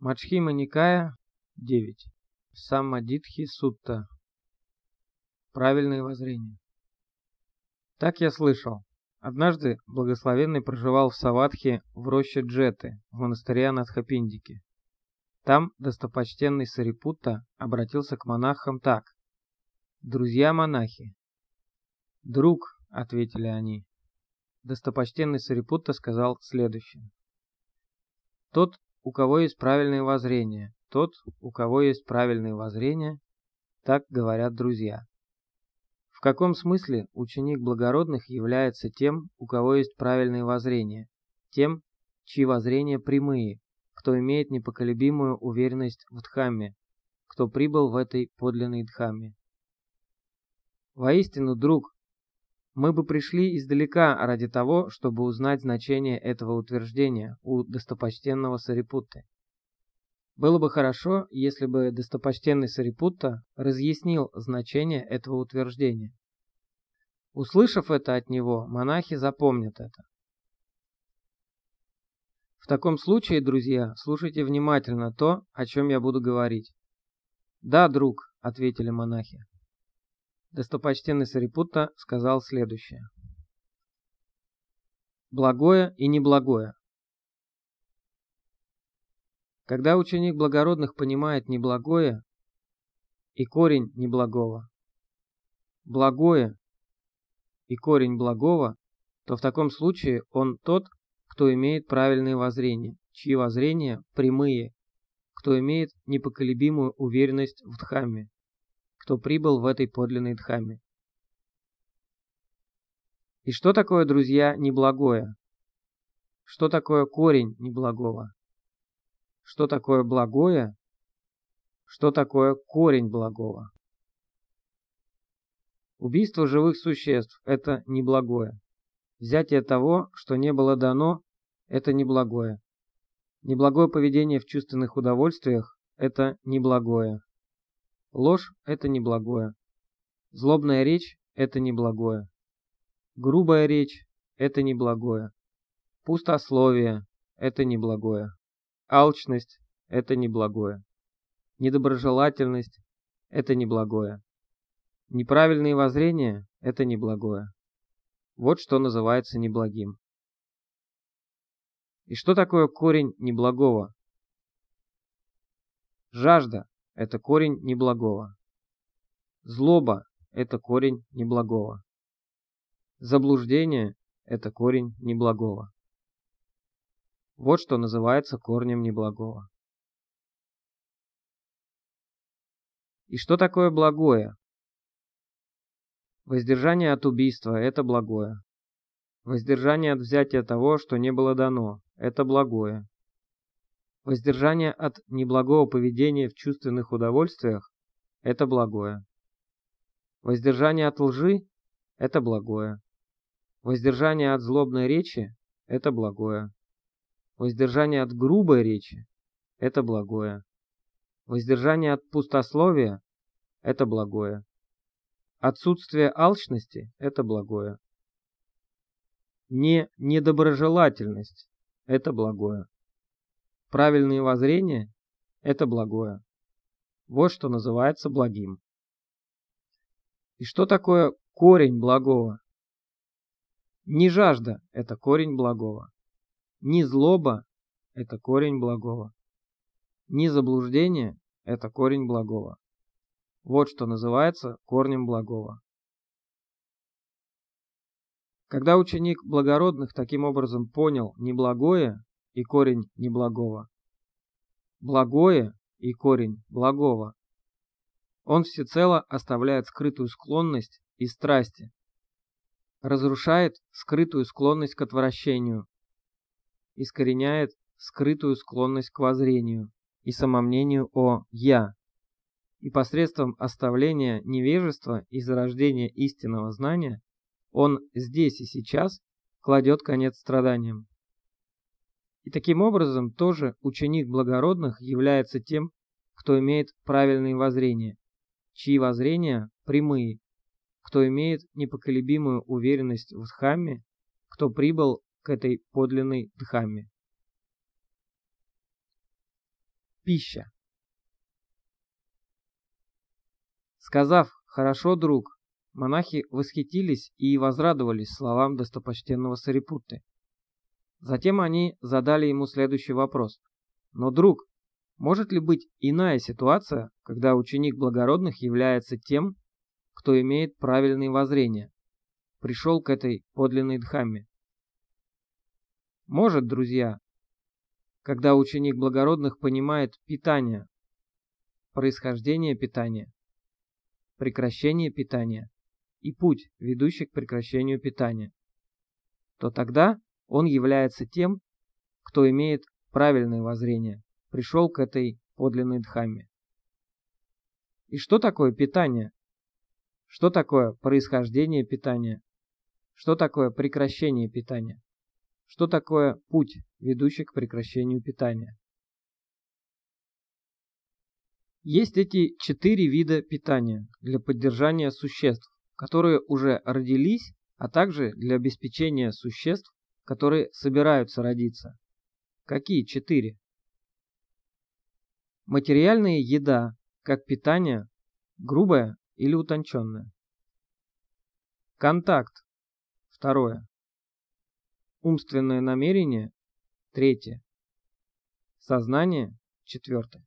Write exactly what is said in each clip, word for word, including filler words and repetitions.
Мачхима Никая девять. Саммадитхи Сутта. Правильное воззрение. Так я слышал. Однажды благословенный проживал в Саватхе в роще Джеты, в монастыре Анатхапиндики. Там достопочтенный Сарипутта обратился к монахам так. «Друзья-монахи». «Друг», — ответили они. Достопочтенный Сарипутта сказал следующее. «Тот, у кого есть правильное воззрение, тот, у кого есть правильное воззрение, так говорят друзья». В каком смысле ученик благородных является тем, у кого есть правильное воззрение, тем, чьи воззрения прямые, кто имеет непоколебимую уверенность в Дхамме, кто прибыл в этой подлинной Дхамме? Воистину, друг, мы бы пришли издалека ради того, чтобы узнать значение этого утверждения у достопочтенного Сарипутты. Было бы хорошо, если бы достопочтенный Сарипутта разъяснил значение этого утверждения. Услышав это от него, монахи запомнят это. В таком случае, друзья, слушайте внимательно то, о чем я буду говорить. «Да, друг», — ответили монахи. Достопочтенный Сарипутта сказал следующее. Благое и неблагое. Когда ученик благородных понимает неблагое и корень неблагого, благое и корень благого, то в таком случае он тот, кто имеет правильное воззрение, чьи воззрения прямые, кто имеет непоколебимую уверенность в Дхамме, кто прибыл в этой подлинной Дхамме. И что такое, друзья, неблагое? Что такое корень неблагого? Что такое благое? Что такое корень благого? Убийство живых существ – это неблагое. Взятие того, что не было дано – это неблагое. Неблагое поведение в чувственных удовольствиях – это неблагое. Ложь – это неблагое. Злобная речь – это неблагое. Грубая речь – это неблагое. Пустословие – это неблагое. Алчность – это неблагое. Недоброжелательность – это неблагое. Неправильные воззрения – это неблагое. Вот что называется неблагим. И что такое корень неблагого? Жажда – это корень неблагого. Злоба – это корень неблагого. Заблуждение – это корень неблагого. Вот что называется корнем неблагого. И что такое благое? Воздержание от убийства – это благое. Воздержание от взятия того, что не было дано – это благое. Воздержание от неблагого поведения в чувственных удовольствиях – это благое. Воздержание от лжи – это благое. Воздержание от злобной речи – это благое. Воздержание от грубой речи – это благое. Воздержание от пустословия – это благое. Отсутствие алчности – это благое. Не недоброжелательность – это благое. Правильные воззрения – это благое. Вот что называется благим. И что такое корень благого? Не жажда – это корень благого. Не злоба – это корень благого. Не заблуждение – это корень благого. Вот что называется корнем благого. Когда ученик благородных таким образом понял неблагое и корень неблагого, благое и корень благого, он всецело оставляет скрытую склонность и страсти, разрушает скрытую склонность к отвращению, искореняет скрытую склонность к воззрению и самомнению о «я», и посредством оставления невежества и зарождения истинного знания он здесь и сейчас кладет конец страданиям. И таким образом тоже ученик благородных является тем, кто имеет правильные воззрения, чьи воззрения прямые, кто имеет непоколебимую уверенность в Дхамме, кто прибыл к этой подлинной Дхамме. Пища. Сказав «хорошо, друг», монахи восхитились и возрадовались словам достопочтенного Сарипутты. Затем они задали ему следующий вопрос. «Но, друг, может ли быть иная ситуация, когда ученик благородных является тем, кто имеет правильные воззрения, пришел к этой подлинной Дхамме?» Может, друзья, когда ученик благородных понимает питание, происхождение питания, прекращение питания и путь, ведущий к прекращению питания, то тогда он является тем, кто имеет правильное воззрение, пришел к этой подлинной Дхамме. И что такое питание? Что такое происхождение питания? Что такое прекращение питания? Что такое путь, ведущий к прекращению питания? Есть эти четыре вида питания для поддержания существ, которые уже родились, а также для обеспечения существ, которые собираются родиться. Какие четыре? Материальная еда, как питание, грубая или утонченная. Контакт. Второе. Умственное намерение. Третье. Сознание. Четвертое.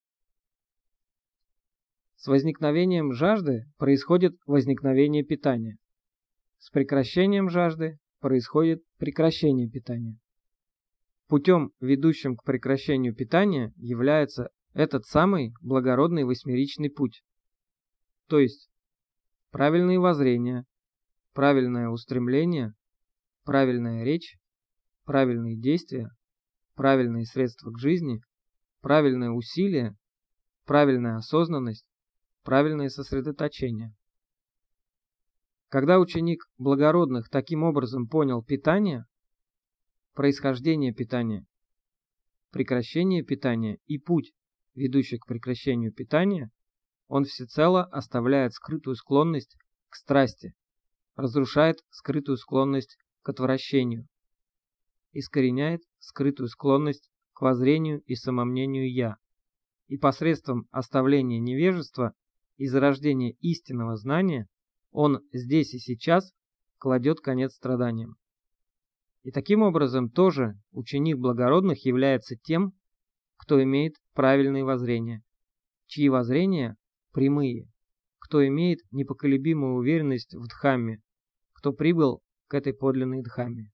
С возникновением жажды происходит возникновение питания. С прекращением жажды происходит прекращение питания. Путем, ведущим к прекращению питания, является этот самый благородный восьмеричный путь. То есть правильные воззрения, правильное устремление, правильная речь, правильные действия, правильные средства к жизни, правильное усилие, правильная осознанность, правильное сосредоточение. Когда ученик благородных таким образом понял питание, происхождение питания, прекращение питания и путь, ведущий к прекращению питания, он всецело оставляет скрытую склонность к страсти, разрушает скрытую склонность к отвращению, искореняет скрытую склонность к воззрению и самомнению «я», и посредством оставления невежества и зарождения истинного знания он здесь и сейчас кладет конец страданиям. И таким образом тоже ученик благородных является тем, кто имеет правильные воззрения, чьи воззрения прямые, кто имеет непоколебимую уверенность в Дхамме, кто прибыл к этой подлинной Дхамме.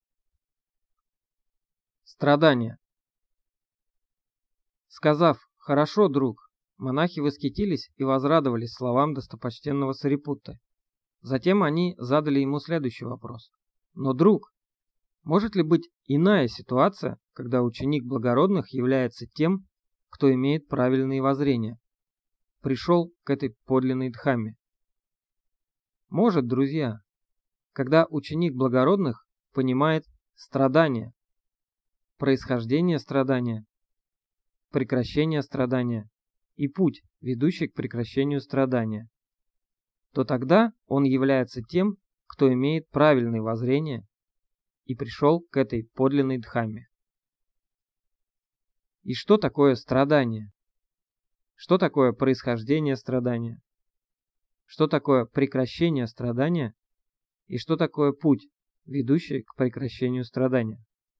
Страдания. Сказав «хорошо, друг», монахи восхитились и возрадовались словам достопочтенного Сарипутты. Затем они задали ему следующий вопрос. «Но, друг, может ли быть иная ситуация, когда ученик благородных является тем, кто имеет правильные воззрения, пришел к этой подлинной Дхамме?» Может, друзья, когда ученик благородных понимает страдания, происхождение страдания, прекращение страдания и путь, ведущий к прекращению страдания, то тогда он является тем, кто имеет правильные воззрения и пришел к этой подлинной Дхамме. И что такое страдание? Что такое происхождение страдания? Что такое прекращение страдания? И что такое путь, ведущий к прекращению страдания?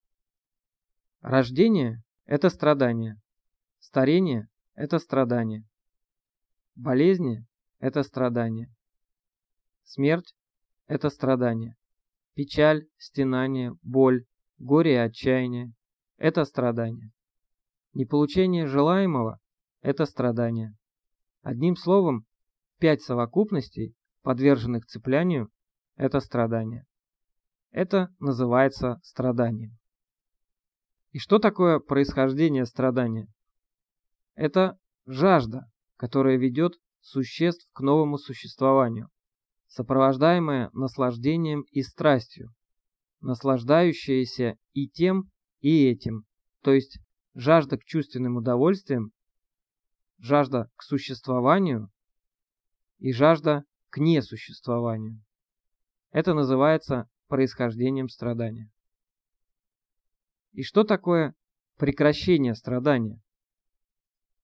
Рождение – это страдание. Старение – это страдание. Болезни – это страдание. Смерть – это страдание. Печаль, стенание, боль, горе и отчаяние – это страдание. Неполучение желаемого – это страдание. Одним словом, пять совокупностей, подверженных цеплянию, это страдание. Это называется страданием. И что такое происхождение страдания? Это жажда, которая ведет существ к новому существованию, сопровождаемая наслаждением и страстью, наслаждающаяся и тем, и этим, то есть жажда к чувственным удовольствиям, жажда к существованию и жажда к несуществованию. Это называется происхождением страдания. И что такое прекращение страдания?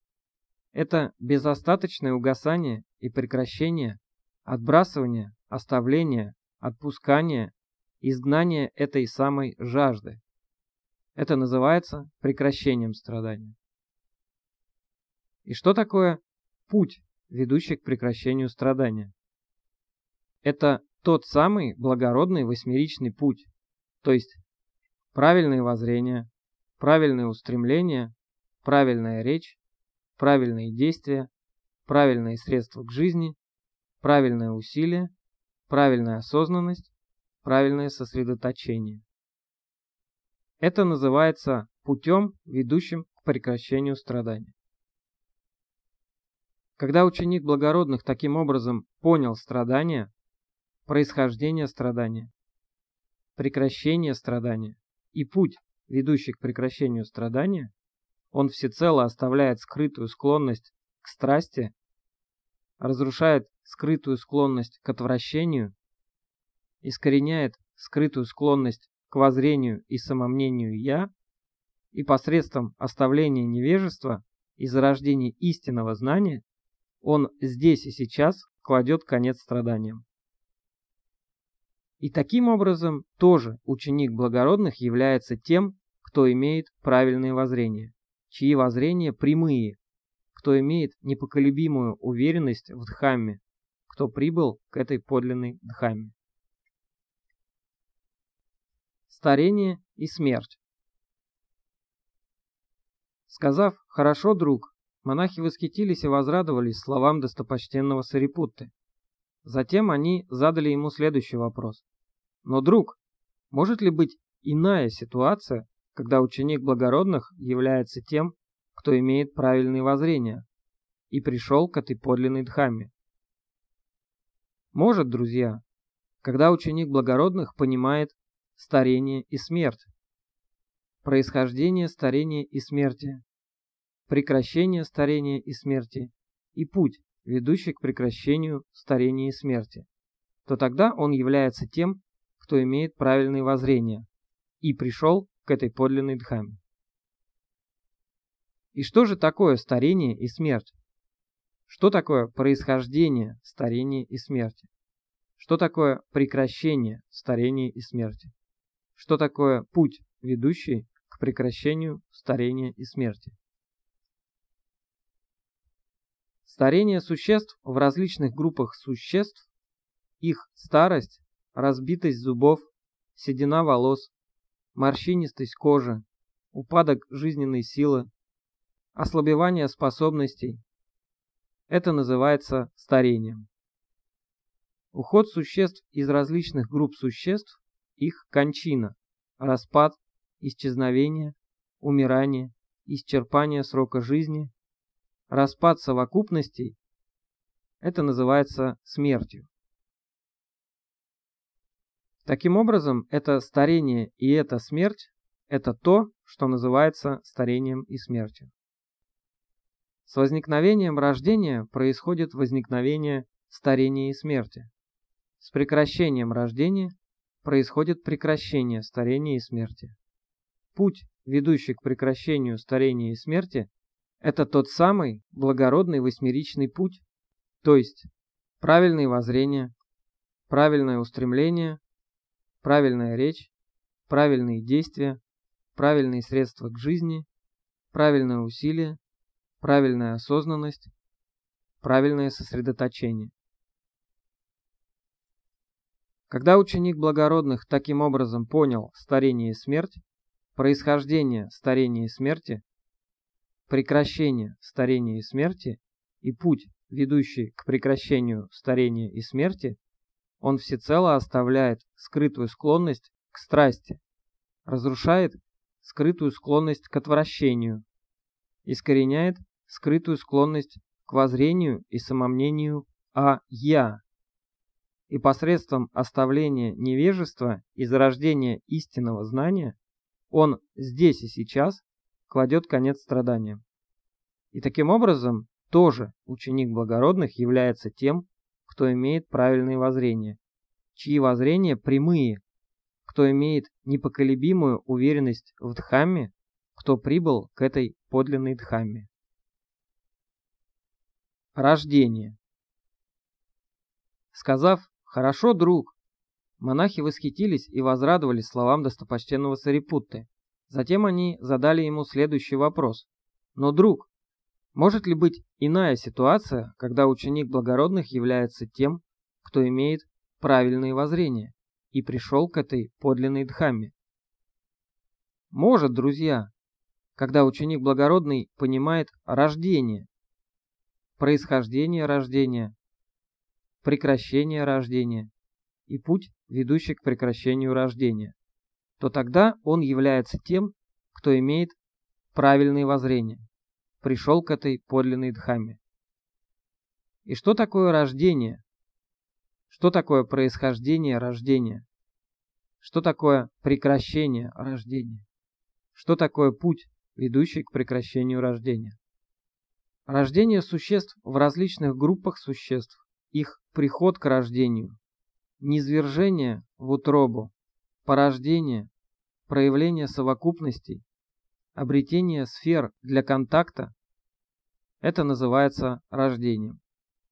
Это безостаточное угасание и прекращение, отбрасывание, оставление, отпускание, изгнание этой самой жажды. Это называется прекращением страдания. И что такое путь, ведущий к прекращению страдания? Это тот самый благородный восьмеричный путь, то есть правильное воззрение, правильное устремление, правильная речь, правильные действия, правильные средства к жизни, правильное усилие, правильная осознанность, правильное сосредоточение. Это называется путем, ведущим к прекращению страдания. Когда ученик благородных таким образом понял страдания, происхождение страдания, прекращение страдания и путь, ведущий к прекращению страдания, он всецело оставляет скрытую склонность к страсти, разрушает скрытую склонность к отвращению, искореняет скрытую склонность к воззрению и самомнению «я», и посредством оставления невежества и зарождения истинного знания он здесь и сейчас кладет конец страданиям. И таким образом тоже ученик благородных является тем, кто имеет правильные воззрения, чьи воззрения прямые, кто имеет непоколебимую уверенность в Дхамме, кто прибыл к этой подлинной Дхамме. Старение и смерть. Сказав «хорошо, друг», монахи восхитились и возрадовались словам достопочтенного Сарипутты. Затем они задали ему следующий вопрос. «Но, друг, может ли быть иная ситуация, когда ученик благородных является тем, кто имеет правильные воззрения и пришел к этой подлинной Дхамме?» Может, друзья, когда ученик благородных понимает старение и смерть, происхождение старения и смерти, прекращение старения и смерти и путь, ведущий к прекращению старения и смерти, то тогда он является тем, кто имеет правильные воззрения и пришел к этой подлинной Дхамме. И что же такое старение и смерть? Что такое происхождение старения и смерти? Что такое прекращение старения и смерти? Что такое путь, ведущий к прекращению старения и смерти? Старение существ в различных группах существ, их старость, разбитость зубов, седина волос, морщинистость кожи, упадок жизненной силы, ослабевание способностей – это называется старением. Уход существ из различных групп существ, их кончина, распад, исчезновение, умирание, исчерпание срока жизни, распад совокупностей – это называется смертью. Таким образом, это старение и эта смерть – это то, что называется старением и смертью. С возникновением рождения происходит возникновение старения и смерти. С прекращением рождения происходит прекращение старения и смерти. Путь, ведущий к прекращению старения и смерти, это тот самый благородный восьмеричный путь, то есть правильные воззрения, правильное устремление, правильная речь, правильные действия, правильные средства к жизни, правильное усилие, правильная осознанность, правильное сосредоточение. Когда ученик благородных таким образом понял старение и смерть, происхождение старения и смерти, прекращение старения и смерти и путь, ведущий к прекращению старения и смерти, он всецело оставляет скрытую склонность к страсти, разрушает скрытую склонность к отвращению, искореняет скрытую склонность к воззрению и самомнению «а я», и посредством оставления невежества и зарождения истинного знания он здесь и сейчас кладет конец страданиям. И таким образом тоже ученик благородных является тем, кто имеет правильные воззрения, чьи воззрения прямые, кто имеет непоколебимую уверенность в Дхамме, кто прибыл к этой подлинной Дхамме. Рождение. Сказав «Хорошо, друг», монахи восхитились и возрадовались словам достопочтенного Сарипутты. Затем они задали ему следующий вопрос. «Но, друг, может ли быть иная ситуация, когда ученик благородных является тем, кто имеет правильные воззрения и пришел к этой подлинной Дхамме?» Может, друзья, когда ученик благородный понимает рождение, происхождение рождения, прекращение рождения и путь, ведущий к прекращению рождения, то тогда он является тем, кто имеет правильные воззрения, пришел к этой подлинной Дхамме. И что такое рождение? Что такое происхождение рождения? Что такое прекращение рождения? Что такое путь, ведущий к прекращению рождения? Рождение существ в различных группах существ, их приход к рождению, низвержение в утробу, порождение, проявление совокупностей, обретение сфер для контакта – это называется рождением.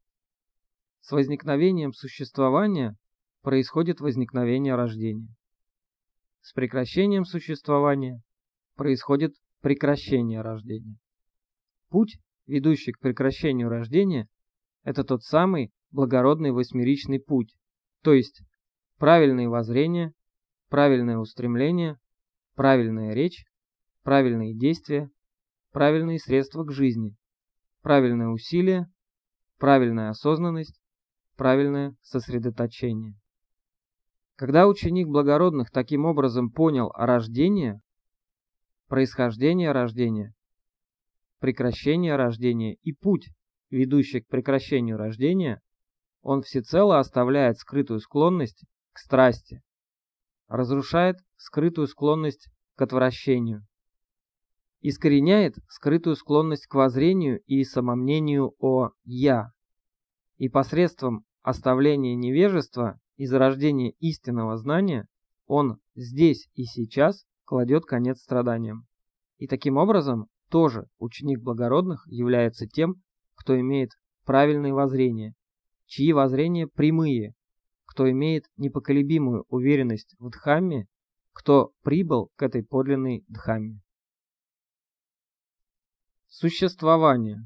С возникновением существования происходит возникновение рождения. С прекращением существования происходит прекращение рождения. Путь, ведущий к прекращению рождения, это тот самый благородный восьмеричный путь, то есть правильные воззрения, правильное устремление, правильная речь, правильные действия, правильные средства к жизни, правильное усилие, правильная осознанность, правильное сосредоточение. Когда ученик благородных таким образом понял рождение, происхождение рождения, прекращение рождения и путь, ведущий к прекращению рождения, он всецело оставляет скрытую склонность к страсти, разрушает скрытую склонность к отвращению, искореняет скрытую склонность к воззрению и самомнению о «я», и посредством оставления невежества и зарождения истинного знания он здесь и сейчас кладет конец страданиям. И таким образом тоже ученик благородных является тем, кто имеет правильные воззрения, чьи воззрения прямые, кто имеет непоколебимую уверенность в Дхамме, кто прибыл к этой подлинной Дхамме. Существование.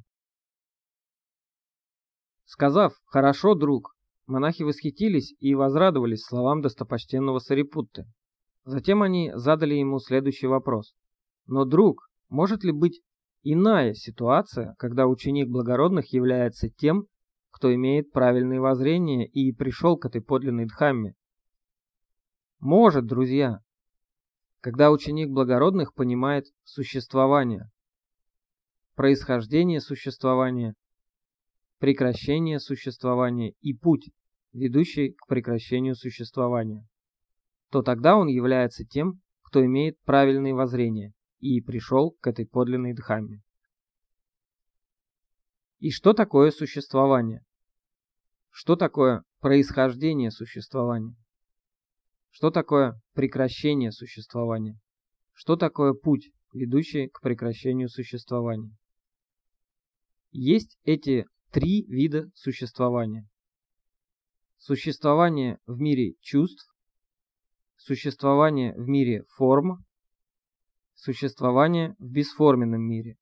Сказав «Хорошо, друг», монахи восхитились и возрадовались словам достопочтенного Сарипутты. Затем они задали ему следующий вопрос. «Но, друг, может ли быть иная ситуация, когда ученик благородных является тем, кто имеет правильные воззрения и пришел к этой подлинной Дхамме?» Может, друзья, когда ученик благородных понимает существование, происхождение существования, прекращение существования и путь, ведущий к прекращению существования, то тогда он является тем, кто имеет правильные воззрения и пришел к этой подлинной Дхамме. И что такое существование? Что такое происхождение существования? Что такое прекращение существования? Что такое путь, ведущий к прекращению существования? Есть эти три вида существования. Существование в мире чувств, существование в мире форм, существование в бесформенном мире.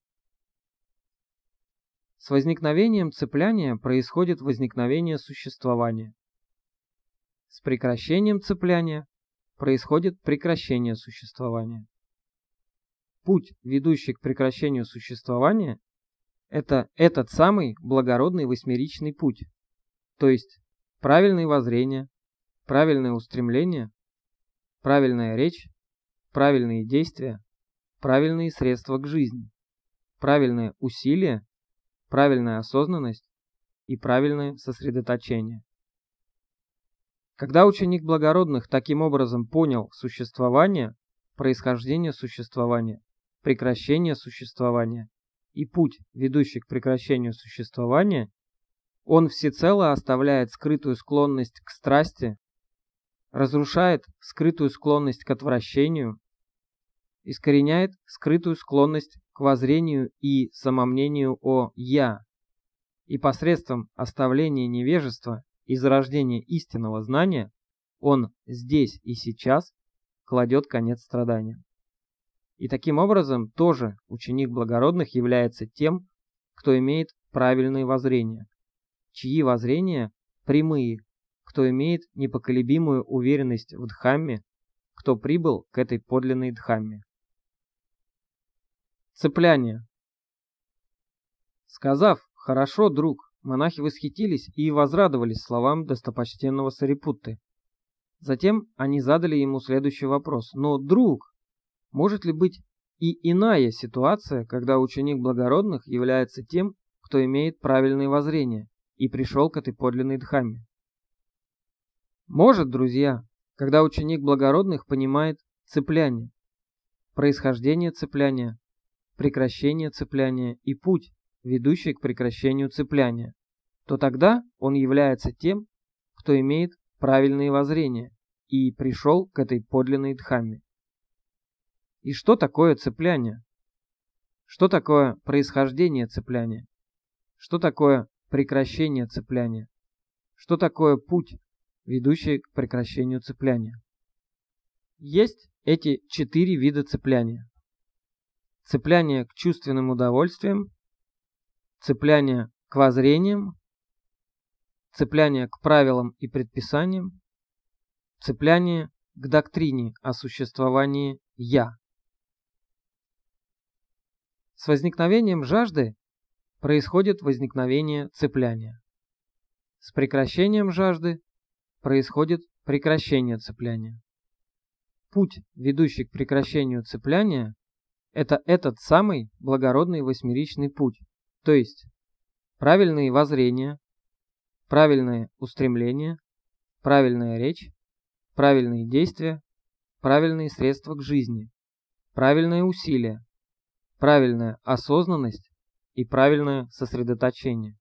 С возникновением цепляния происходит возникновение существования. С прекращением цепляния происходит прекращение существования. Путь, ведущий к прекращению существования, это этот самый благородный восьмеричный путь, то есть правильные воззрения, правильное устремление, правильная речь, правильные действия, правильные средства к жизни, правильное усилие, правильная осознанность и правильное сосредоточение. Когда ученик благородных таким образом понял существование, происхождение существования, прекращение существования и путь, ведущий к прекращению существования, он всецело оставляет скрытую склонность к страсти, разрушает скрытую склонность к отвращению, искореняет скрытую склонность к воззрению и самомнению о «я» и посредством оставления невежества и зарождения истинного знания он здесь и сейчас кладет конец страданиям. И таким образом тоже ученик благородных является тем, кто имеет правильные воззрения, чьи воззрения прямые, кто имеет непоколебимую уверенность в Дхамме, кто прибыл к этой подлинной Дхамме. Цепляние. Сказав «Хорошо, друг», монахи восхитились и возрадовались словам достопочтенного Сарипутты. Затем они задали ему следующий вопрос. «Но, друг, может ли быть и иная ситуация, когда ученик благородных является тем, кто имеет правильные воззрения и пришел к этой подлинной Дхамме?» Может, друзья, когда ученик благородных понимает цепляние, происхождение цепляния, прекращение цепляния и путь, ведущий к прекращению цепляния, то тогда он является тем, кто имеет правильные воззрения и пришел к этой подлинной Дхамме. И что такое цепляние? Что такое происхождение цепляния? Что такое прекращение цепляния? Что такое путь, ведущий к прекращению цепляния? Есть эти четыре вида цепляния. Цепляние к чувственным удовольствиям, цепляние к воззрениям, цепляние к правилам и предписаниям, цепляние к доктрине о существовании «Я». С возникновением жажды происходит возникновение цепляния. С прекращением жажды происходит прекращение цепляния. Путь, ведущий к прекращению цепляния, это этот самый благородный восьмеричный путь, то есть правильные воззрения, правильное устремление, правильная речь, правильные действия, правильные средства к жизни, правильное усилие, правильная осознанность и правильное сосредоточение.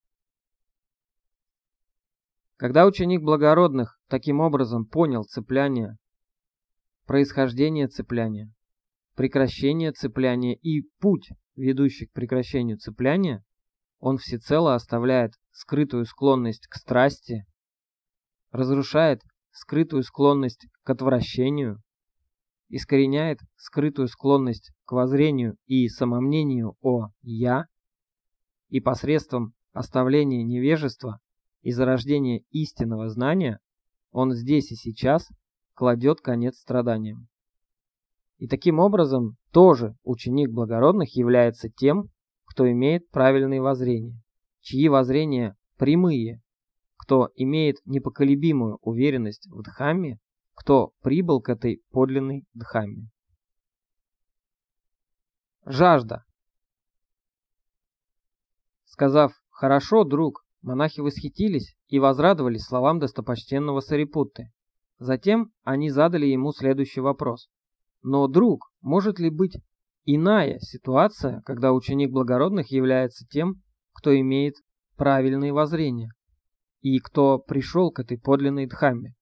Когда ученик благородных таким образом понял цепляние, происхождение цепляния, прекращение цепляния и путь, ведущий к прекращению цепляния, он всецело оставляет скрытую склонность к страсти, разрушает скрытую склонность к отвращению, искореняет скрытую склонность к воззрению и самомнению о «я», и посредством оставления невежества и зарождения истинного знания он здесь и сейчас кладет конец страданиям. И таким образом тоже ученик благородных является тем, кто имеет правильные воззрения, чьи воззрения прямые, кто имеет непоколебимую уверенность в Дхамме, кто прибыл к этой подлинной Дхамме. Жажда. Сказав «Хорошо, друг», монахи восхитились и возрадовались словам достопочтенного Сарипутты. Затем они задали ему следующий вопрос. «Но, друг, может ли быть иная ситуация, когда ученик благородных является тем, кто имеет правильные воззрения и кто пришел к этой подлинной Дхамме?»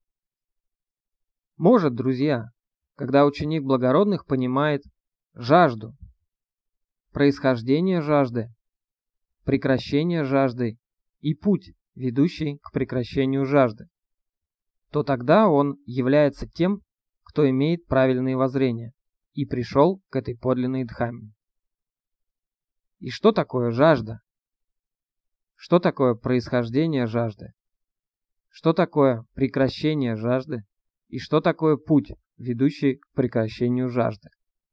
Может, друзья, когда ученик благородных понимает жажду, происхождение жажды, прекращение жажды и путь, ведущий к прекращению жажды, то тогда он является тем, кто имеет правильные воззрения и пришел к этой подлинной Дхамме. И что такое жажда? Что такое происхождение жажды? Что такое прекращение жажды? И что такое путь, ведущий к прекращению жажды?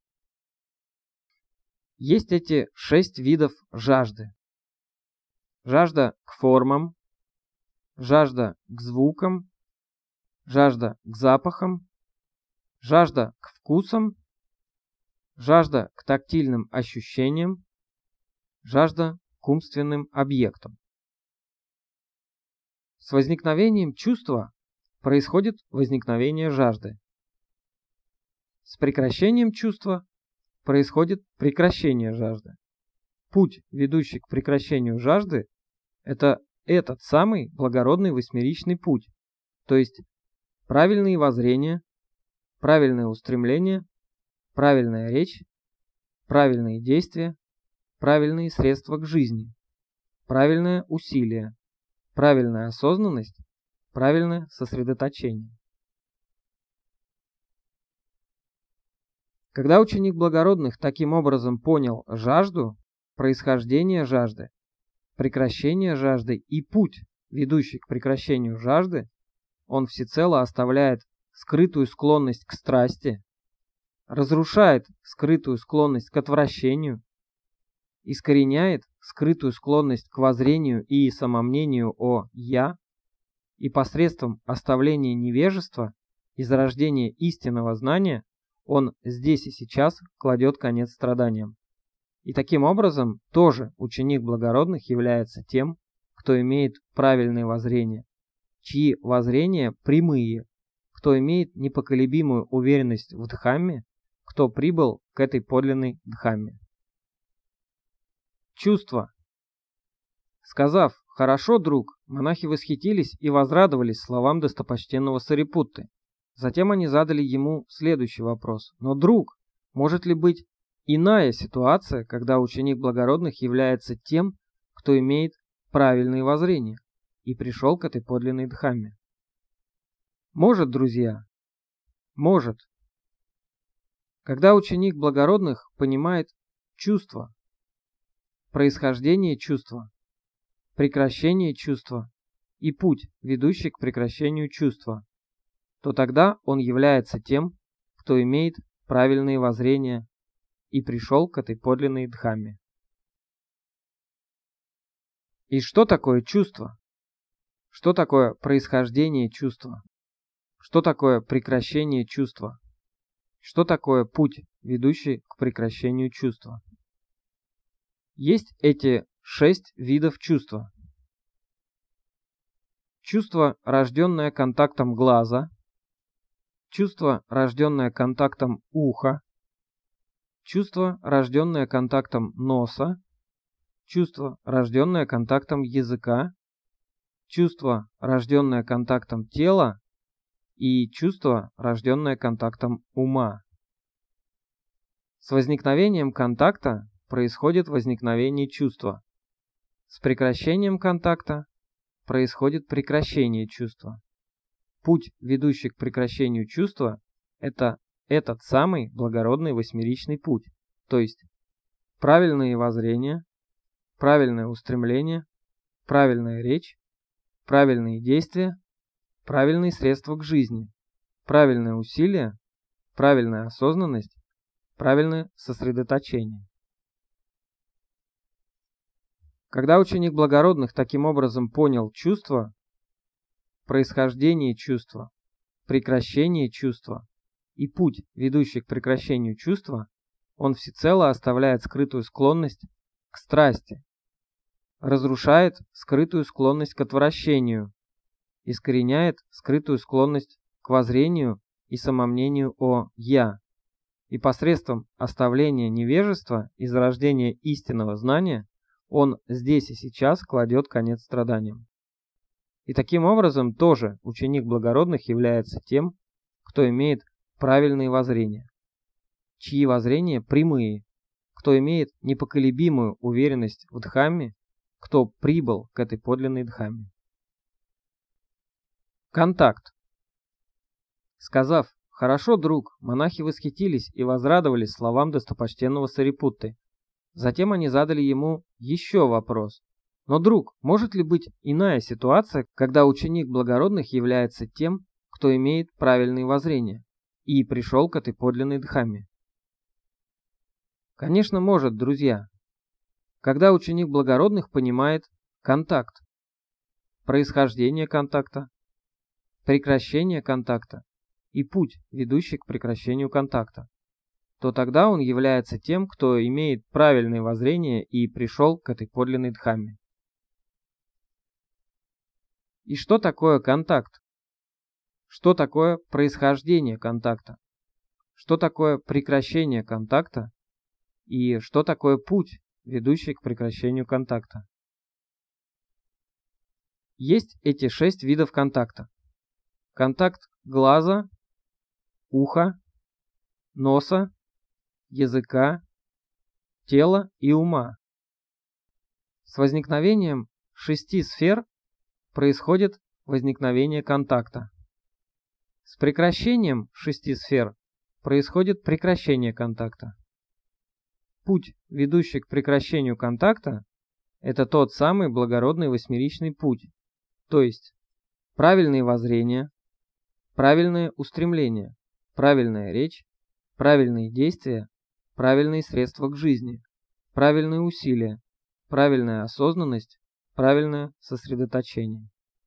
Есть эти шесть видов жажды. Жажда к формам, жажда к звукам, жажда к запахам, жажда к вкусам, жажда к тактильным ощущениям, жажда к умственным объектам. С возникновением чувства происходит возникновение жажды. С прекращением чувства происходит прекращение жажды. Путь, ведущий к прекращению жажды, это этот самый благородный восьмеричный путь, то есть правильные воззрения, правильное устремление, правильная речь, правильные действия, правильные средства к жизни, правильное усилие, правильная осознанность, правильное сосредоточение. Когда ученик благородных таким образом понял жажду, происхождение жажды, прекращение жажды и путь, ведущий к прекращению жажды, он всецело оставляет скрытую склонность к страсти, разрушает скрытую склонность к отвращению, искореняет скрытую склонность к воззрению и самомнению о «я», и посредством оставления невежества и зарождения истинного знания он здесь и сейчас кладет конец страданиям. И таким образом тоже ученик благородных является тем, кто имеет правильное воззрение, чьи воззрения прямые, кто имеет непоколебимую уверенность в Дхамме, кто прибыл к этой подлинной Дхамме. Чувства. Сказав «хорошо, друг», монахи восхитились и возрадовались словам достопочтенного Сарипутты. Затем они задали ему следующий вопрос. «Но, друг, может ли быть иная ситуация, когда ученик благородных является тем, кто имеет правильные воззрения и пришел к этой подлинной Дхамме?» Может, друзья, может. Когда ученик благородных понимает чувство, происхождение чувства, прекращение чувства и путь, ведущий к прекращению чувства, то тогда он является тем, кто имеет правильные воззрения и пришел к этой подлинной Дхамме. И что такое чувство? Что такое происхождение чувства? Что такое прекращение чувства? Что такое путь, ведущий к прекращению чувства? Есть эти шесть видов чувства. Чувство, рожденное контактом глаза, чувство, рожденное контактом уха, чувство, рожденное контактом носа, чувство, рожденное контактом языка, чувство, рожденное контактом тела и чувство, рожденное контактом ума. С возникновением контакта происходит возникновение чувства. С прекращением контакта происходит прекращение чувства. Путь, ведущий к прекращению чувства, это этот самый благородный восьмеричный путь, то есть правильные воззрения, правильное устремление, правильная речь, правильные действия, правильные средства к жизни, правильное усилие, правильная осознанность, правильное сосредоточение. Когда ученик благородных таким образом понял чувство, происхождение чувства, прекращение чувства и путь, ведущий к прекращению чувства, он всецело оставляет скрытую склонность к страсти, разрушает скрытую склонность к отвращению, искореняет скрытую склонность к воззрению и самомнению о «я», и посредством оставления невежества и зарождения истинного знания он здесь и сейчас кладет конец страданиям. И таким образом тоже ученик благородных является тем, кто имеет правильные воззрения, чьи воззрения прямые, кто имеет непоколебимую уверенность в Дхамме, кто прибыл к этой подлинной Дхамме. Контакт. Сказав «хорошо, друг», монахи восхитились и возрадовались словам достопочтенного Сарипутты. Затем они задали ему еще вопрос. «Но, друг, может ли быть иная ситуация, когда ученик благородных является тем, кто имеет правильные воззрения и пришел к этой подлинной Дхамме?» Конечно, может, друзья. Когда ученик благородных понимает контакт, происхождение контакта, прекращение контакта и путь, ведущий к прекращению контакта, то тогда он является тем, кто имеет правильное воззрение и пришел к этой подлинной Дхамме. И что такое контакт? Что такое происхождение контакта? Что такое прекращение контакта? И что такое путь, ведущий к прекращению контакта? Есть эти шесть видов контакта. Контакт глаза, уха, носа, языка, тела и ума. С возникновением шести сфер происходит возникновение контакта. С прекращением шести сфер происходит прекращение контакта. Путь, ведущий к прекращению контакта, это тот самый благородный восьмеричный путь, то есть правильные воззрения, правильное устремление, правильная речь, правильные действия, правильные средства к жизни, правильные усилия, правильная осознанность, правильное сосредоточение.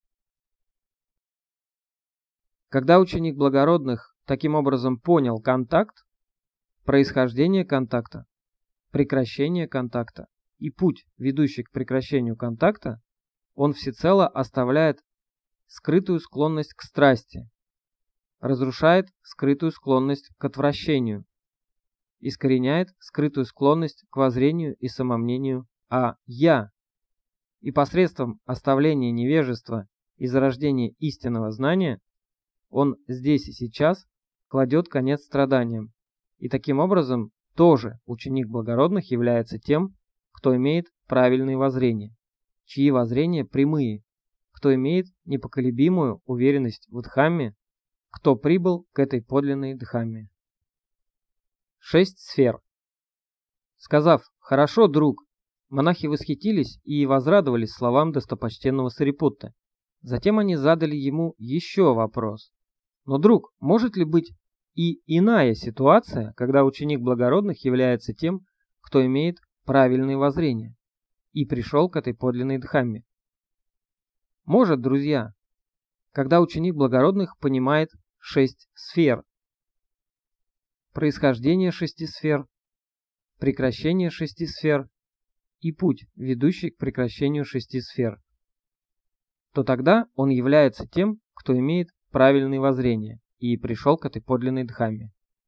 Когда ученик благородных таким образом понял контакт, происхождение контакта, прекращение контакта и путь, ведущий к прекращению контакта, он всецело оставляет скрытую склонность к страсти, разрушает скрытую склонность к отвращению, искореняет скрытую склонность к воззрению и самомнению «а я», и посредством оставления невежества и зарождения истинного знания он здесь и сейчас кладет конец страданиям, и таким образом тоже ученик благородных является тем, кто имеет правильные воззрения, чьи воззрения прямые, кто имеет непоколебимую уверенность в Дхамме, кто прибыл к этой подлинной Дхамме. Шесть сфер. Сказав «Хорошо, друг», монахи восхитились и возрадовались словам достопочтенного Сарипутты. Затем они задали ему еще вопрос. Но, друг, может ли быть и иная ситуация, когда ученик благородных является тем, кто имеет правильные воззрения и пришел к этой подлинной Дхамме? Может, друзья, когда ученик благородных понимает шесть сфер. Происхождение шести сфер, прекращение шести сфер и путь, ведущий к прекращению шести сфер, то тогда он является тем, кто имеет правильные воззрения и пришел к этой подлинной Дхамме.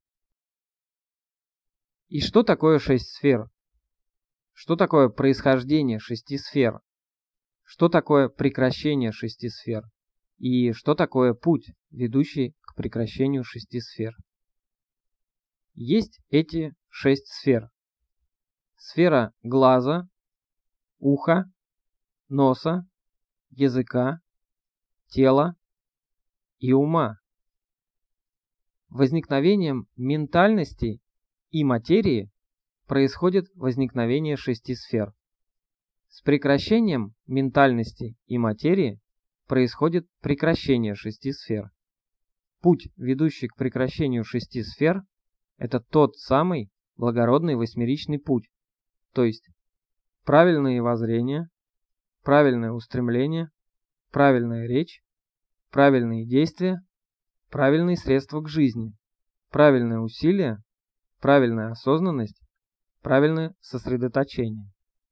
И что такое шесть сфер? Что такое происхождение шести сфер? Что такое прекращение шести сфер? И что такое путь, ведущий к прекращению шести сфер? Есть эти шесть сфер. Сфера глаза, уха, носа, языка, тела и ума. Возникновением ментальности и материи происходит возникновение шести сфер. С прекращением ментальности и материи происходит прекращение шести сфер. Путь, ведущий к прекращению шести сфер, это тот самый благородный восьмеричный путь, то есть правильные воззрения, правильное устремление, правильная речь, правильные действия, правильные средства к жизни, правильное усилие, правильная осознанность, правильное сосредоточение.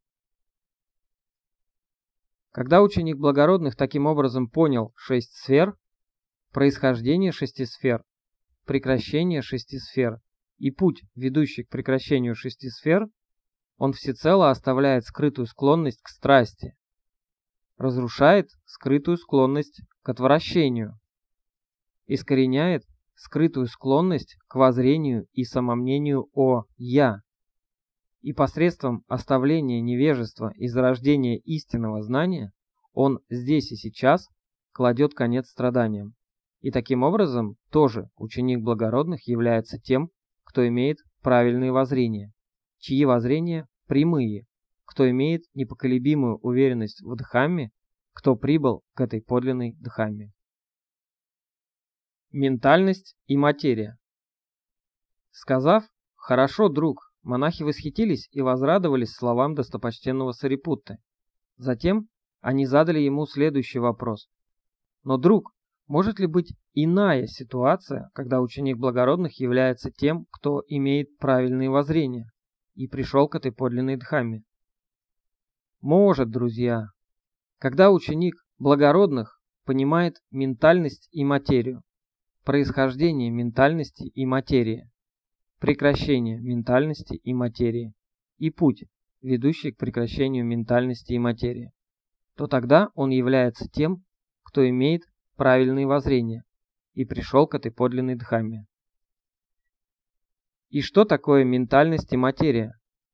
Когда ученик благородных таким образом понял шесть сфер, происхождение шести сфер, прекращение шести сфер и путь, ведущий к прекращению шести сфер, он всецело оставляет скрытую склонность к страсти, разрушает скрытую склонность к отвращению, искореняет скрытую склонность к воззрению и самомнению о «я», и посредством оставления невежества и зарождения истинного знания он здесь и сейчас кладет конец страданиям. И таким образом тоже ученик благородных является тем, кто имеет правильные воззрения, чьи воззрения прямые, кто имеет непоколебимую уверенность в Дхамме, кто прибыл к этой подлинной Дхамме. Ментальность и материя. Сказав «Хорошо, друг», монахи восхитились и возрадовались словам достопочтенного Сарипутты. Затем они задали ему следующий вопрос. Но, друг, может ли быть иная ситуация, когда ученик благородных является тем, кто имеет правильные воззрения и пришел к этой подлинной Дхамме? Может, друзья, когда ученик благородных понимает ментальность и материю, происхождение ментальности и материи, прекращение ментальности и материи и путь, ведущий к прекращению ментальности и материи, то тогда он является тем, кто имеет правильные воззрения и пришел к этой подлинной Дхамме. И что такое ментальность и материя?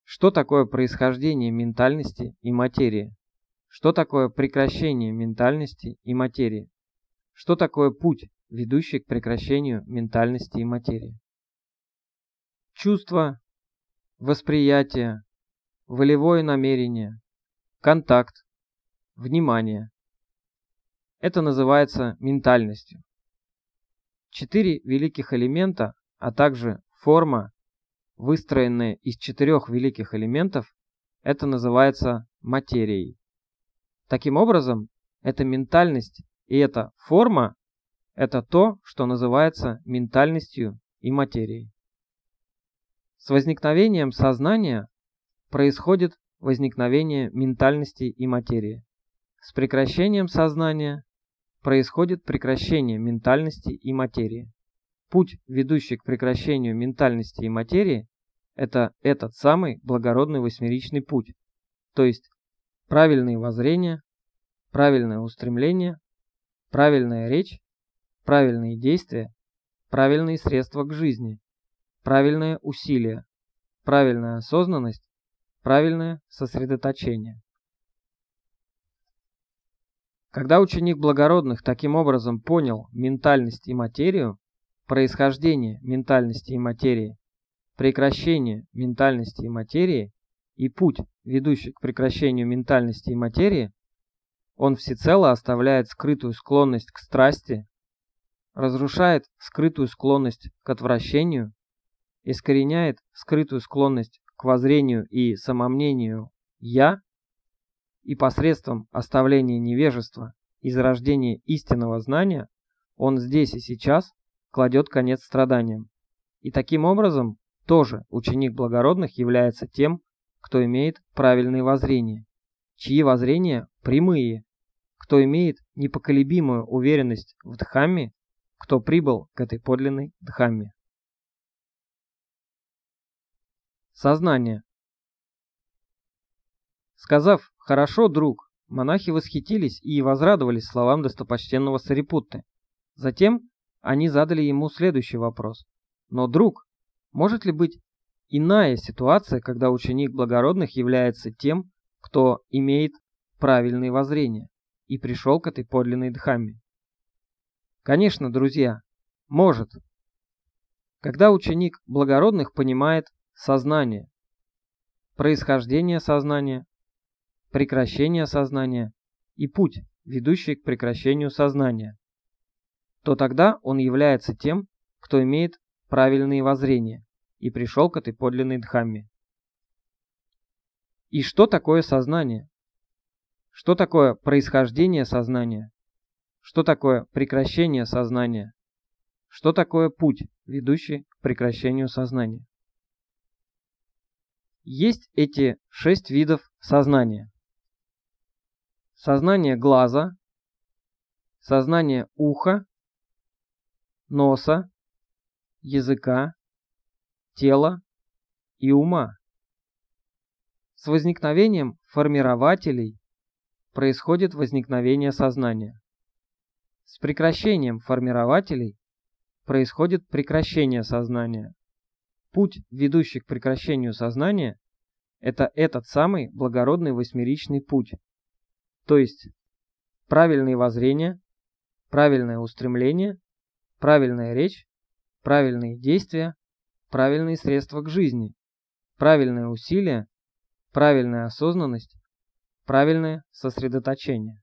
Что такое происхождение ментальности и материи? Что такое прекращение ментальности и материи? Что такое путь, ведущий к прекращению ментальности и материи? Чувство, восприятие, волевое намерение, контакт, внимание. Это называется ментальностью. Четыре великих элемента, а также форма, выстроенная из четырех великих элементов, это называется материей. Таким образом, эта ментальность и эта форма – это то, что называется ментальностью и материей. С возникновением сознания происходит возникновение ментальности и материи. С прекращением сознания происходит прекращение ментальности и материи. Путь, ведущий к прекращению ментальности и материи, это этот самый благородный восьмеричный путь, то есть правильные воззрения, правильное устремление, правильная речь, правильные действия, правильные средства к жизни, правильное усилие, правильная осознанность, правильное сосредоточение. Когда ученик благородных таким образом понял ментальность и материю, происхождение ментальности и материи, прекращение ментальности и материи и путь, ведущий к прекращению ментальности и материи, он всецело оставляет скрытую склонность к страсти, разрушает скрытую склонность к отвращению, искореняет скрытую склонность к воззрению и самомнению «я», и посредством оставления невежества и зарождения истинного знания он здесь и сейчас кладет конец страданиям. И таким образом тоже ученик благородных является тем, кто имеет правильные воззрения, чьи воззрения прямые, кто имеет непоколебимую уверенность в Дхамме, кто прибыл к этой подлинной Дхамме. Сознание. Сказав «хорошо, друг», монахи восхитились и возрадовались словам достопочтенного Сарипутты. Затем они задали ему следующий вопрос. Но, друг, может ли быть иная ситуация, когда ученик благородных является тем, кто имеет правильные воззрения и пришел к этой подлинной Дхамме? Конечно, друзья, может. Когда ученик благородных понимает сознание, происхождение сознания, прекращение сознания и путь, ведущий к прекращению сознания, то тогда он является тем, кто имеет правильные воззрения и пришел к этой подлинной Дхамме. И что такое сознание? Что такое происхождение сознания? Что такое прекращение сознания? Что такое путь, ведущий к прекращению сознания? Есть эти шесть видов сознания. Сознание глаза, сознание уха, носа, языка, тела и ума. С возникновением формирователей происходит возникновение сознания. С прекращением формирователей происходит прекращение сознания. Путь, ведущий к прекращению сознания, это этот самый благородный восьмеричный путь. То есть правильные воззрения, правильное устремление, правильная речь, правильные действия, правильные средства к жизни, правильное усилие, правильная осознанность, правильное сосредоточение.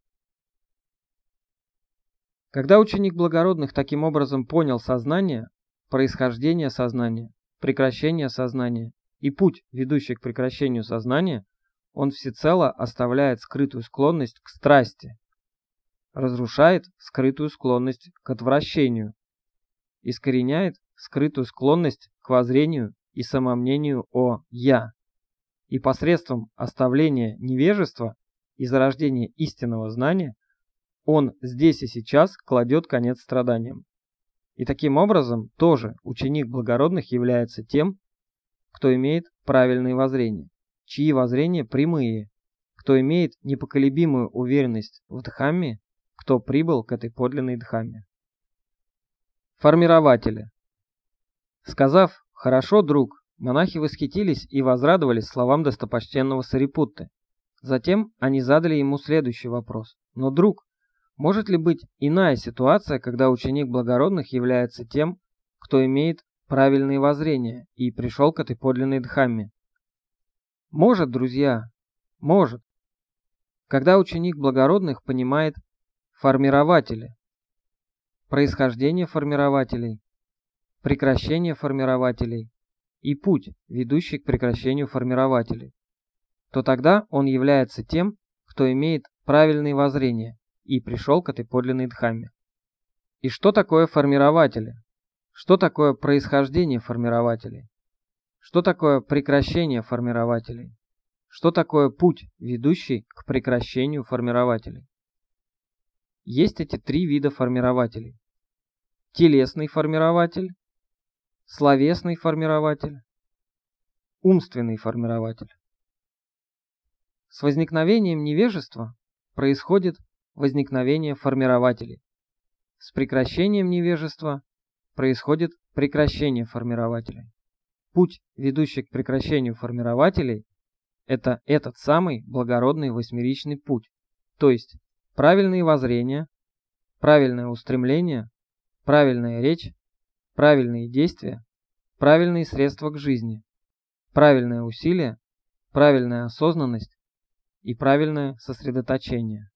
Когда ученик благородных таким образом понял сознание, происхождение сознания, прекращение сознания и путь, ведущий к прекращению сознания, он всецело оставляет скрытую склонность к страсти, разрушает скрытую склонность к отвращению, искореняет скрытую склонность к воззрению и самомнению о «я», и посредством оставления невежества и зарождения истинного знания он здесь и сейчас кладет конец страданиям. И таким образом тоже ученик благородных является тем, кто имеет правильные воззрения, чьи воззрения прямые, кто имеет непоколебимую уверенность в Дхамме, кто прибыл к этой подлинной Дхамме. Формирователи. Сказав «хорошо, друг», монахи восхитились и возрадовались словам достопочтенного Сарипутты. Затем они задали ему следующий вопрос. «Но, друг, может ли быть иная ситуация, когда ученик благородных является тем, кто имеет правильные воззрения и пришел к этой подлинной Дхамме?» Может, друзья, может. Когда ученик благородных понимает формирователи, происхождение формирователей, прекращение формирователей и путь, ведущий к прекращению формирователей, то тогда он является тем, кто имеет правильные воззрения и пришел к этой подлинной Дхамме. И что такое формирователи? Что такое происхождение формирователей? Что такое прекращение формирователей? Что такое путь, ведущий к прекращению формирователей? Есть эти три вида формирователей. Телесный формирователь, словесный формирователь, умственный формирователь. С возникновением невежества происходит возникновение формирователей. С прекращением невежества происходит прекращение формирователей. Путь, ведущий к прекращению формирователей, это этот самый благородный восьмеричный путь, то есть правильные воззрения, правильное устремление, правильная речь, правильные действия, правильные средства к жизни, правильное усилие, правильная осознанность и правильное сосредоточение.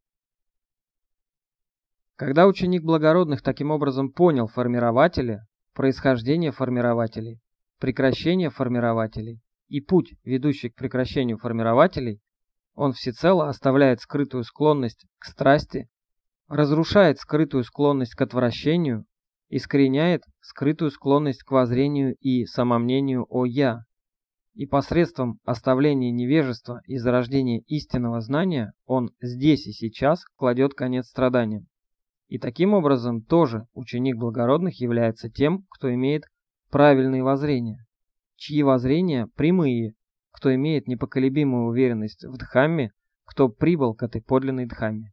Когда ученик благородных таким образом понял формирователя, происхождение формирователей, прекращение формирователей и путь, ведущий к прекращению формирователей, он всецело оставляет скрытую склонность к страсти, разрушает скрытую склонность к отвращению, искореняет скрытую склонность к воззрению и самомнению о «я», и посредством оставления невежества и зарождения истинного знания он здесь и сейчас кладет конец страданиям. И таким образом тоже ученик благородных является тем, кто имеет правильные воззрения, чьи воззрения прямые, кто имеет непоколебимую уверенность в Дхамме, кто прибыл к этой подлинной Дхамме.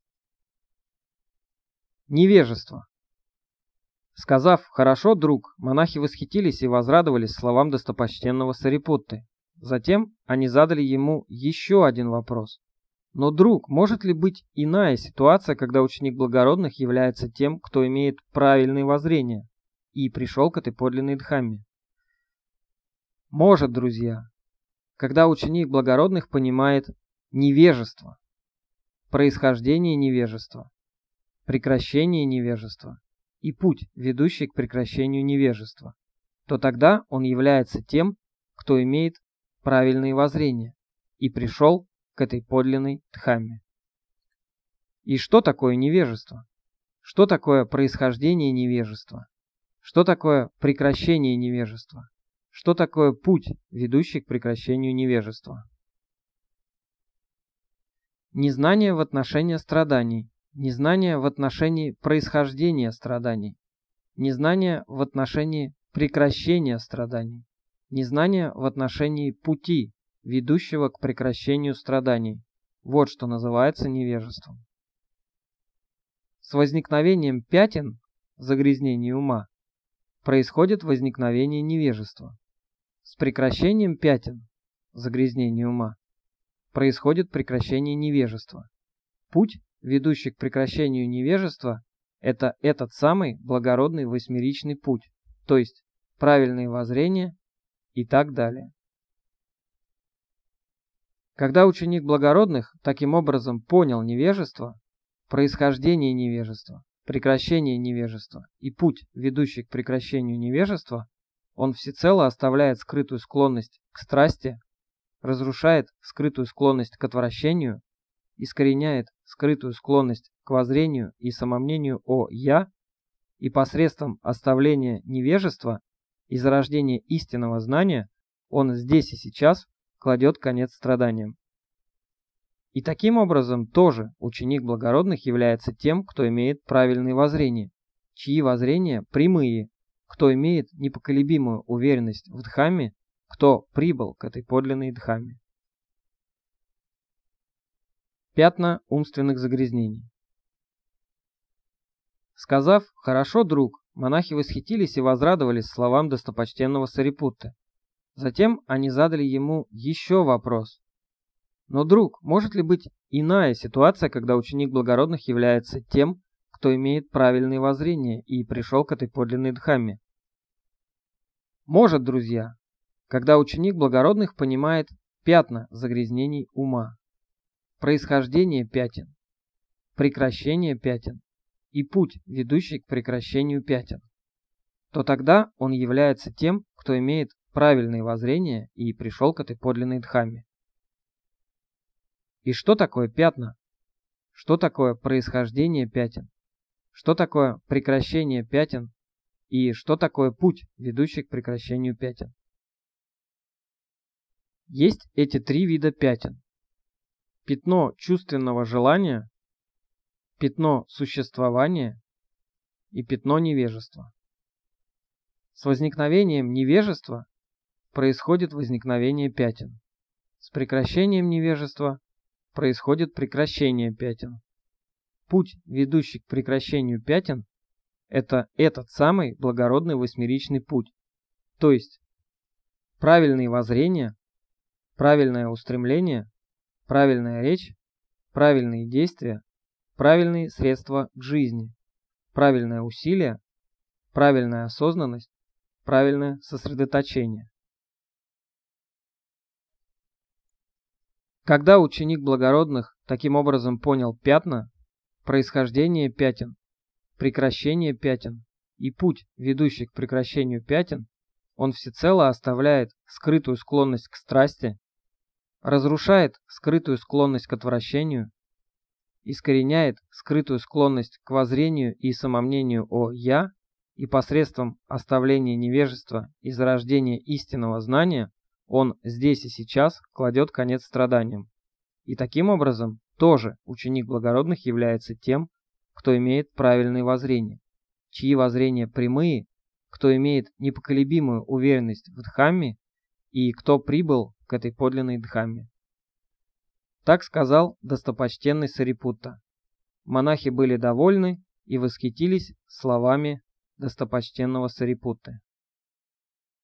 Невежество. Сказав «хорошо, друг», монахи восхитились и возрадовались словам достопочтенного Сарипутты. Затем они задали ему еще один вопрос. «Но, друг, может ли быть иная ситуация, когда ученик благородных является тем, кто имеет правильные воззрения и пришел к этой подлинной Дхамме?» Может, друзья, когда ученик благородных понимает невежество, происхождение невежества, прекращение невежества и путь, ведущий к прекращению невежества, то тогда он является тем, кто имеет правильные воззрения и пришел к этой подлинной Дхамме. И что такое невежество? Что такое происхождение невежества? Что такое прекращение невежества? Что такое путь, ведущий к прекращению невежества? Незнание в отношении страданий, незнание в отношении происхождения страданий, незнание в отношении прекращения страданий, незнание в отношении пути, ведущего к прекращению страданий. Вот что называется невежеством. С возникновением пятен, загрязнений ума, происходит возникновение невежества. С прекращением пятен, загрязнений ума, происходит прекращение невежества. Путь, ведущий к прекращению невежества, это этот самый благородный восьмеричный путь, то есть правильные воззрения и так далее. Когда ученик благородных таким образом понял невежество, происхождение невежества, прекращение невежества и путь, ведущий к прекращению невежества, он всецело оставляет скрытую склонность к страсти, разрушает скрытую склонность к отвращению, искореняет скрытую склонность к воззрению и самомнению о «я», и посредством оставления невежества и зарождения истинного знания он здесь и сейчас кладет конец страданиям. И таким образом тоже ученик благородных является тем, кто имеет правильные воззрения, чьи воззрения прямые, кто имеет непоколебимую уверенность в Дхамме, кто прибыл к этой подлинной Дхамме. Пятна умственных загрязнений. Сказав «хорошо, друг», монахи восхитились и возрадовались словам достопочтенного Сарипутты. Затем они задали ему еще вопрос. Но, друг, может ли быть иная ситуация, когда ученик благородных является тем, кто имеет правильные воззрения и пришел к этой подлинной Дхамме? Может, друзья, когда ученик благородных понимает пятна загрязнений ума, происхождение пятен, прекращение пятен и путь, ведущий к прекращению пятен, то тогда он является тем, кто имеет правильные воззрения и пришел к этой подлинной Дхамме. И что такое пятна? Что такое происхождение пятен? Что такое прекращение пятен? И что такое путь, ведущий к прекращению пятен? Есть эти три вида пятен. Пятно чувственного желания, пятно существования и пятно невежества. С возникновением невежества происходит возникновение пятен. С прекращением невежества происходит прекращение пятен. Путь, ведущий к прекращению пятен, это этот самый благородный восьмеричный путь, то есть правильные воззрения, правильное устремление, правильная речь, правильные действия, правильные средства к жизни, правильное усилие, правильная осознанность, правильное сосредоточение. Когда ученик благородных таким образом понял пятна, происхождение пятен, прекращение пятен и путь, ведущий к прекращению пятен, он всецело оставляет скрытую склонность к страсти, разрушает скрытую склонность к отвращению, искореняет скрытую склонность к воззрению и самомнению о «я», и посредством оставления невежества и зарождения истинного знания он здесь и сейчас кладет конец страданиям. И таким образом тоже ученик благородных является тем, кто имеет правильные воззрения, чьи воззрения прямые, кто имеет непоколебимую уверенность в Дхамме и кто прибыл к этой подлинной Дхамме. Так сказал достопочтенный Сарипутта. Монахи были довольны и восхитились словами достопочтенного Сарипутты.